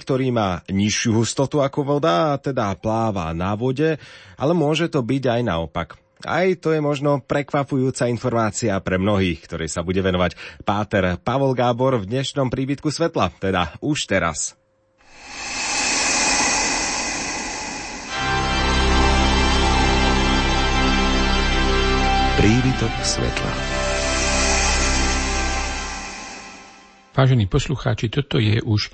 ktorý má nižšiu hustotu ako voda a teda pláva na vode, ale môže to byť aj naopak. Aj to je možno prekvapujúca informácia pre mnohých, ktorej sa bude venovať páter Pavol Gábor v dnešnom príbytku svetla, teda už teraz. Príbytok svetla. Vážení poslucháči, toto je už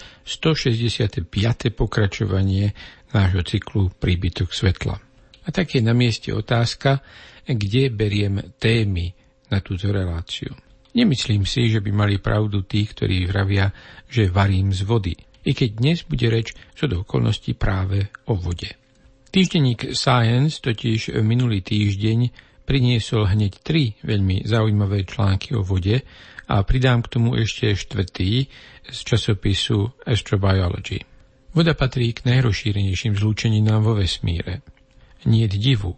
165. pokračovanie nášho cyklu Príbytok svetla. A tak je na mieste otázka, kde beriem témy na túto reláciu. Nemyslím si, že by mali pravdu tí, ktorí vravia, že varím z vody, i keď dnes bude reč zo do okolností práve o vode. Týždenník Science totiž minulý týždeň priniesol hneď 3 veľmi zaujímavé články o vode a pridám k tomu ešte 4. z časopisu Astrobiology. Voda patrí k najrozšírenejším zlúčeninám vo vesmíre. Nie divu,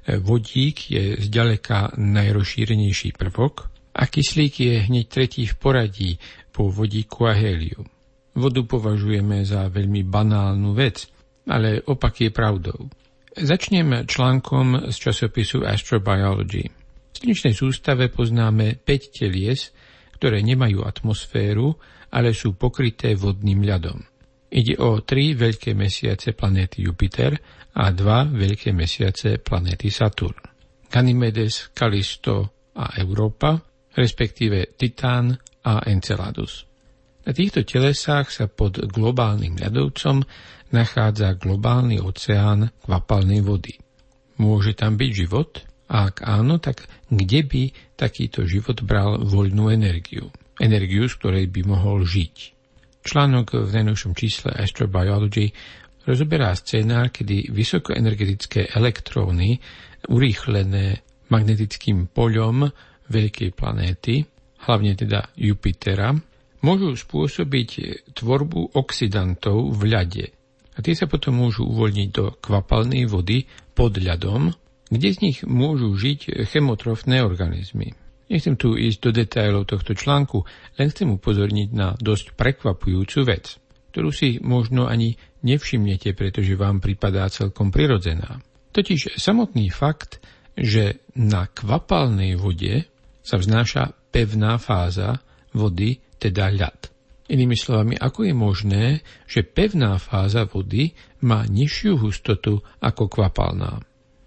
vodík je zďaleka najrozšírenejší prvok a kyslík je hneď 3. v poradí po vodíku a héliu. Vodu považujeme za veľmi banálnu vec, ale opak je pravdou. Začnem článkom z časopisu Astrobiology. V slnečnej sústave poznáme 5 telies, ktoré nemajú atmosféru, ale sú pokryté vodným ľadom. Ide o 3 veľké mesiace planéty Jupiter a 2 veľké mesiace planéty Saturn. Ganymedes, Callisto a Európa, respektíve Titán a Enceladus. Na týchto telesách sa pod globálnym ľadovcom nachádza globálny oceán kvapalnej vody. Môže tam byť život? A ak áno, tak kde by takýto život bral voľnú energiu? Energiu, z ktorej by mohol žiť. Článok v najnovšom čísle Astrobiology rozoberá scénár, kedy vysokoenergetické elektróny, urýchlené magnetickým poľom veľkej planéty, hlavne teda Jupitera, môžu spôsobiť tvorbu oxidantov v ľade. A tie sa potom môžu uvoľniť do kvapalnej vody pod ľadom, kde z nich môžu žiť chemotrofné organizmy. Nechcem tu ísť do detailov tohto článku, len chcem upozorniť na dosť prekvapujúcu vec, ktorú si možno ani nevšimnete, pretože vám pripadá celkom prirodzená. Totiž samotný fakt, že na kvapalnej vode sa vznáša pevná fáza vody, teda ľad. Inými slovami, ako je možné, že pevná fáza vody má nižšiu hustotu ako kvapalná?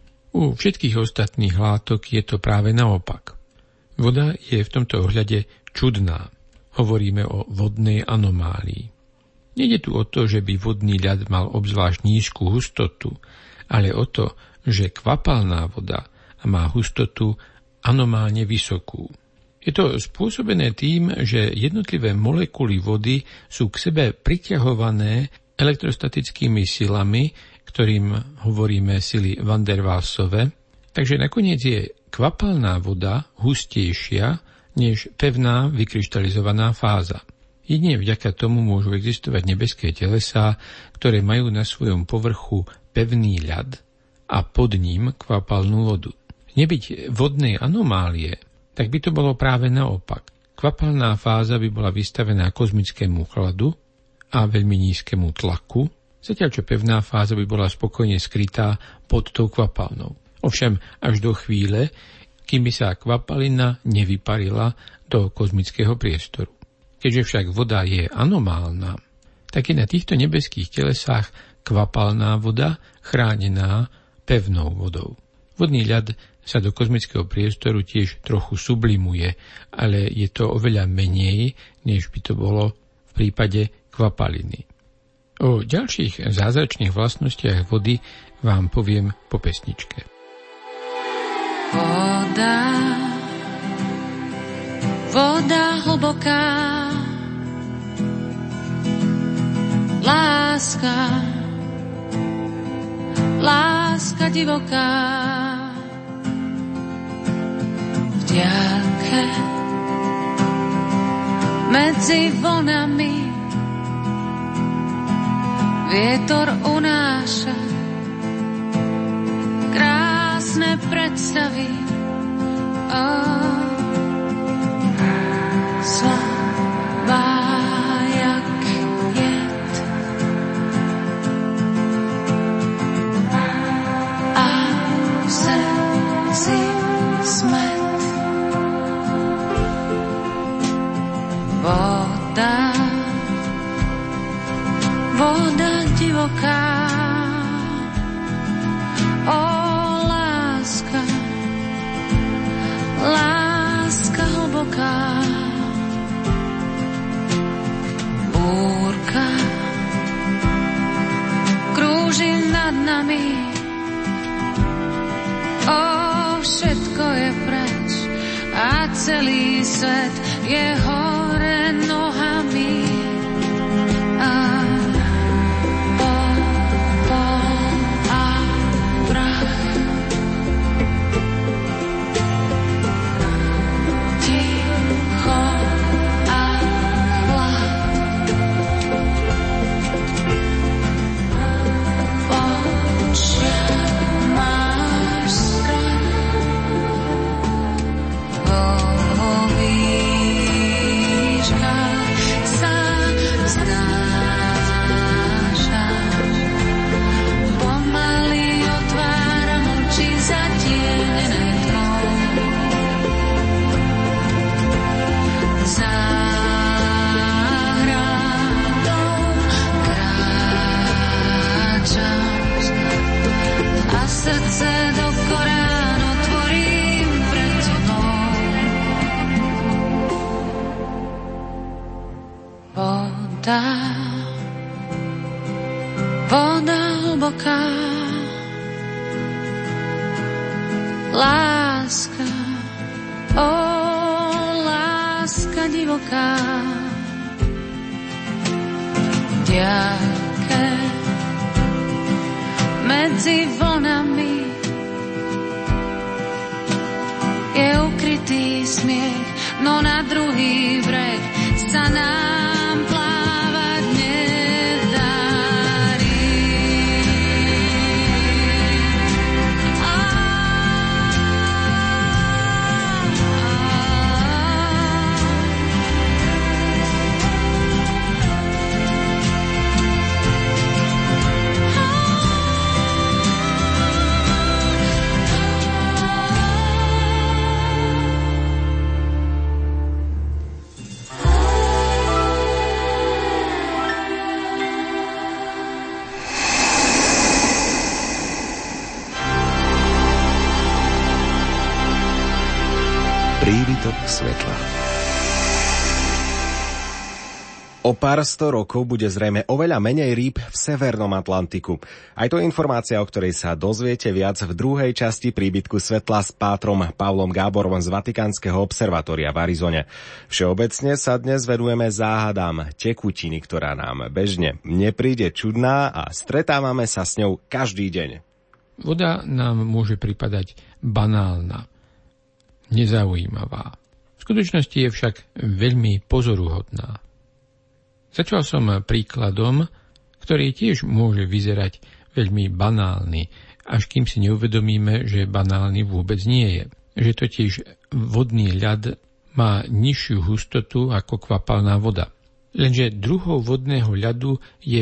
U všetkých ostatných látok je to práve naopak. Voda je v tomto ohľade čudná. Hovoríme o vodnej anomálii. Nejde tu o to, že by vodný ľad mal obzvlášť nízku hustotu, ale o to, že kvapalná voda má hustotu anomálne vysokú. Je to spôsobené tým, že jednotlivé molekuly vody sú k sebe priťahované elektrostatickými silami, ktorým hovoríme sily van der Waalsove, takže nakoniec je kvapalná voda hustejšia než pevná vykryštalizovaná fáza. Jedine vďaka tomu môžu existovať nebeské telesá, ktoré majú na svojom povrchu pevný ľad a pod ním kvapalnú vodu. Nebyť vodnej anomálie, tak by to bolo práve naopak. Kvapalná fáza by bola vystavená kozmickému chladu a veľmi nízkemu tlaku, zatiaľ čo pevná fáza by bola spokojne skrytá pod tou kvapalnou. Ovšem až do chvíle, kým by sa kvapalina nevyparila do kozmického priestoru. Keďže však voda je anomálna, tak je na týchto nebeských telesách kvapalná voda chránená pevnou vodou. Vodný ľad sa do kozmického priestoru tiež trochu sublimuje, ale je to oveľa menej, než by to bolo v prípade kvapaliny. O ďalších zázračných vlastnostiach vody vám poviem po pesničke. Voda, voda hlboká, láska, láska divoká. V diaľke medzi vlnami vietor unáša krásne predstavy. Slabá jak jed, voda divoká. O láska, láska hlboká, búrka krúži nad nami. O, všetko je preč a celý svet je hore nohami. A srdce do Korán otvorím pred tebou. Voda, voda hlboká, láska, o láska divoká, diaľke medzi vlnami je ukrytý smiech, no na druhý breh sa nám plávať nedarí. Príbytok svetla. O pár 100 rokov bude zrejme oveľa menej rýb v Severnom Atlantiku. Aj to je informácia, o ktorej sa dozviete viac v druhej časti Príbytku svetla s pátrom Pavlom Gáborom z Vatikánskeho observatória v Arizone. Všeobecne sa dnes venujeme záhadám tekutiny, ktorá nám bežne nepríde čudná a stretávame sa s ňou každý deň. Voda nám môže pripadať banálna, nezaujímavá. V skutočnosti je však veľmi pozoruhodná. Začal som príkladom, ktorý tiež môže vyzerať veľmi banálny, až kým si neuvedomíme, že banálny vôbec nie je. Že totiž vodný ľad má nižšiu hustotu ako kvapalná voda. Lenže druhov vodného ľadu je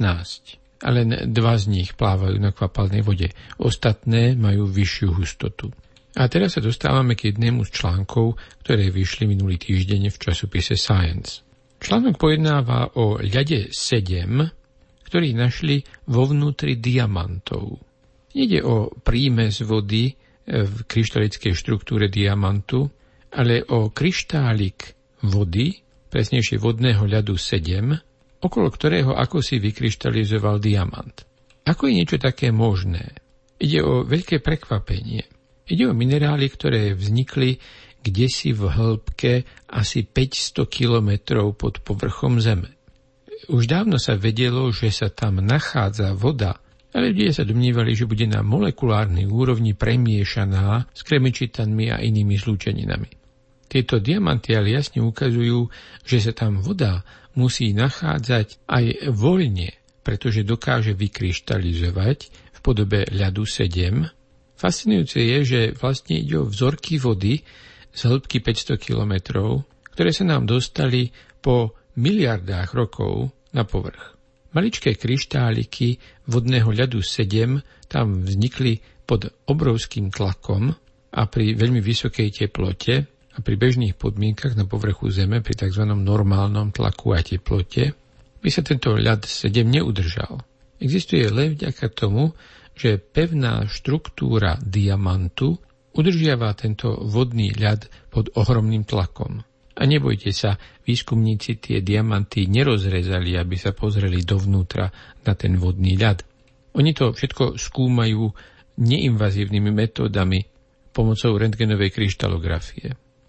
15 a len 2 z nich plávajú na kvapalnej vode. Ostatné majú vyššiu hustotu. A teraz sa dostávame k jednému z článkov, ktoré vyšli minulý týždeň v časopise Science. Článok pojednáva o ľade 7, ktorý našli vo vnútri diamantov. Ide o prímes vody v kryštalickej štruktúre diamantu, ale o kryštálik vody, presnejšie vodného ľadu 7, okolo ktorého akosi vykryštalizoval diamant. Ako je niečo také možné? Ide o veľké prekvapenie. Ide o minerály, ktoré vznikli kdesi v hĺbke asi 500 kilometrov pod povrchom Zeme. Už dávno sa vedelo, že sa tam nachádza voda, ale ľudia sa domnievali, že bude na molekulárnej úrovni premiešaná s kremičitanmi a inými zlúčeninami. Tieto diamanty ale jasne ukazujú, že sa tam voda musí nachádzať aj voľne, pretože dokáže vykryštalizovať v podobe ľadu 7. Fascinujúce je, že vlastne ide o vzorky vody z hĺbky 500 kilometrov, ktoré sa nám dostali po miliardách rokov na povrch. Maličké kryštáliky vodného ľadu 7 tam vznikli pod obrovským tlakom a pri veľmi vysokej teplote a pri bežných podmienkach na povrchu Zeme pri tzv. Normálnom tlaku a teplote. by sa tento ľad 7 neudržal. Existuje len vďaka tomu, že pevná štruktúra diamantu udržiava tento vodný ľad pod ohromným tlakom. A nebojte sa, výskumníci tie diamanty nerozrezali, aby sa pozreli dovnútra na ten vodný ľad. Oni to všetko skúmajú neinvazívnymi metódami pomocou rentgenovej kryštalografie.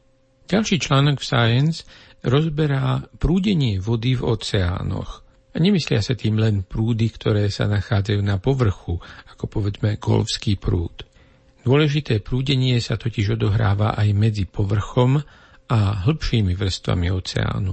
Ďalší článok v Science rozberá prúdenie vody v oceánoch. A nemyslia sa tým len prúdy, ktoré sa nachádzajú na povrchu, ako povedzme golfský prúd. Dôležité prúdenie sa totiž odohráva aj medzi povrchom a hĺbšími vrstvami oceánu.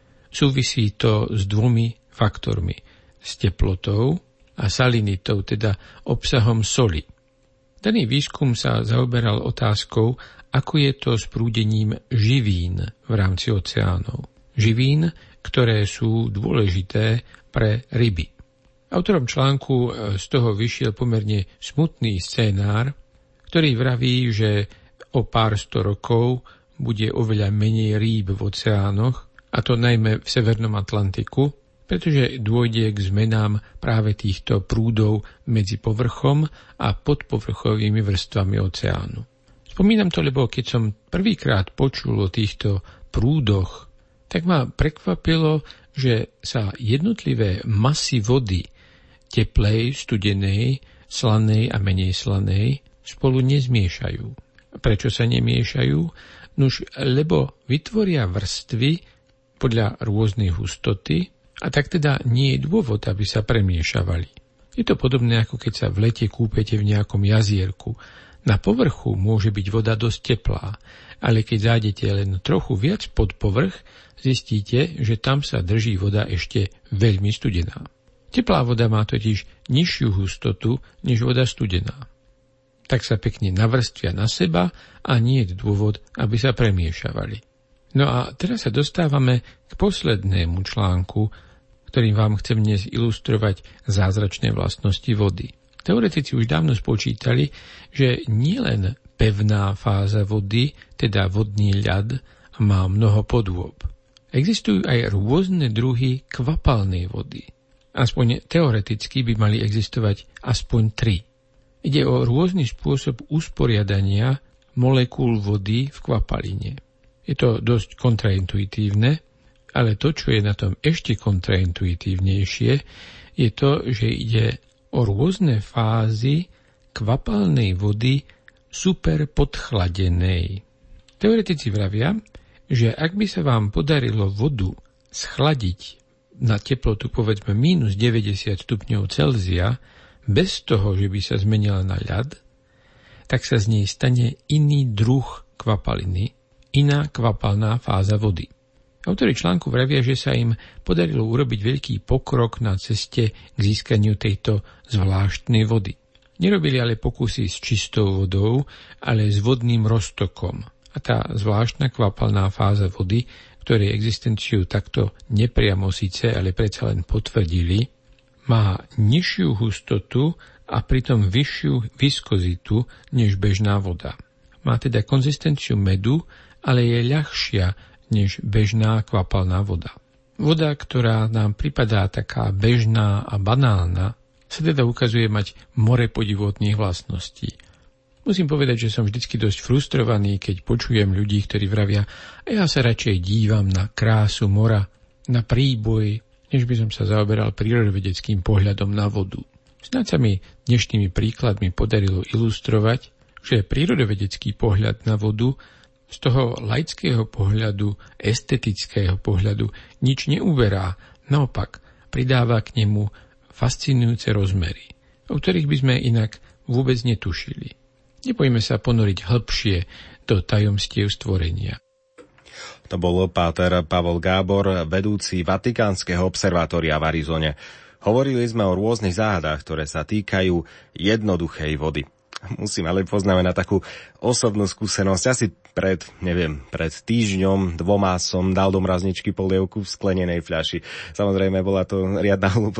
Súvisí to s 2 faktormi, s teplotou a salinitou, teda obsahom soli. Daný výskum sa zaoberal otázkou, ako je to s prúdením živín v rámci oceánov. Živín, ktoré sú dôležité pre ryby. Autorom článku z toho vyšiel pomerne smutný scénár, ktorý vraví, že o pár 100 rokov bude oveľa menej rýb v oceánoch, a to najmä v Severnom Atlantiku, pretože dôjde k zmenám práve týchto prúdov medzi povrchom a podpovrchovými vrstvami oceánu. Spomínam to, lebo keď som prvýkrát počul o týchto prúdoch, tak ma prekvapilo, že sa jednotlivé masy vody, teplej, studenej, slanej a menej slanej, spolu nezmiešajú. Prečo sa nemiešajú? Nuž, lebo vytvoria vrstvy podľa rôznej hustoty a tak teda nie je dôvod, aby sa premiešavali. Je to podobné, ako keď sa v lete kúpete v nejakom jazierku. Na povrchu môže byť voda dosť teplá, ale keď zájdete len trochu viac pod povrch, zistíte, že tam sa drží voda ešte veľmi studená. Teplá voda má totiž nižšiu hustotu než voda studená. Tak sa pekne navrstvia na seba a nie je dôvod, aby sa premiešavali. No a teraz sa dostávame k poslednému článku, ktorým vám chcem dnes ilustrovať zázračné vlastnosti vody. Teoretici už dávno spočítali, že nielen pevná fáza vody, teda vodný ľad, má mnoho podôb. Existujú aj rôzne druhy kvapalnej vody. Aspoň teoreticky by mali existovať aspoň 3. Ide o rôzny spôsob usporiadania molekúl vody v kvapaline. Je to dosť kontraintuitívne, ale to, čo je na tom ešte kontraintuitívnejšie, je to, že ide o rôzne fázy kvapalnej vody super podchladenej. Teoretici vravia, že ak by sa vám podarilo vodu schladiť na teplotu povedzme minus 90 stupňov Celzia, bez toho, že by sa zmenila na ľad, tak sa z nej stane iný druh kvapaliny, iná kvapalná fáza vody. Autori článku vravia, že sa im podarilo urobiť veľký pokrok na ceste k získaniu tejto zvláštnej vody. Nerobili ale pokusy s čistou vodou, ale s vodným roztokom. A tá zvláštna kvapalná fáza vody, ktorej existenciu takto nepriamo síce, ale predsa len potvrdili, má nižšiu hustotu a pritom vyššiu viskozitu než bežná voda. Má teda konzistenciu medu, ale je ľahšia než bežná kvapalná voda. Voda, ktorá nám pripadá taká bežná a banálna, sa teda ukazuje mať more podivuhodných vlastností. Musím povedať, že som vždycky dosť frustrovaný, keď počujem ľudí, ktorí vravia, ja sa radšej dívam na krásu mora, na príboj, než by som sa zaoberal prírodovedeckým pohľadom na vodu. Snáď sa mi dnešnými príkladmi podarilo ilustrovať, že prírodovedecký pohľad na vodu z toho laického pohľadu, estetického pohľadu nič neuberá, naopak pridáva k nemu fascinujúce rozmery, o ktorých by sme inak vôbec netušili. Nepojme sa ponoriť hlbšie do tajomstiev stvorenia. To bol páter Pavol Gábor, vedúci Vatikánskeho observatória v Arizone. Hovorili sme o rôznych záhadách, ktoré sa týkajú jednoduchej vody. Musím ale poznamenať takú osobnú skúsenosť. Asi pred týždňom, 2 som dal do mrazničky polievku v sklenenej fľaši. Samozrejme, bola to riadna hlúposť.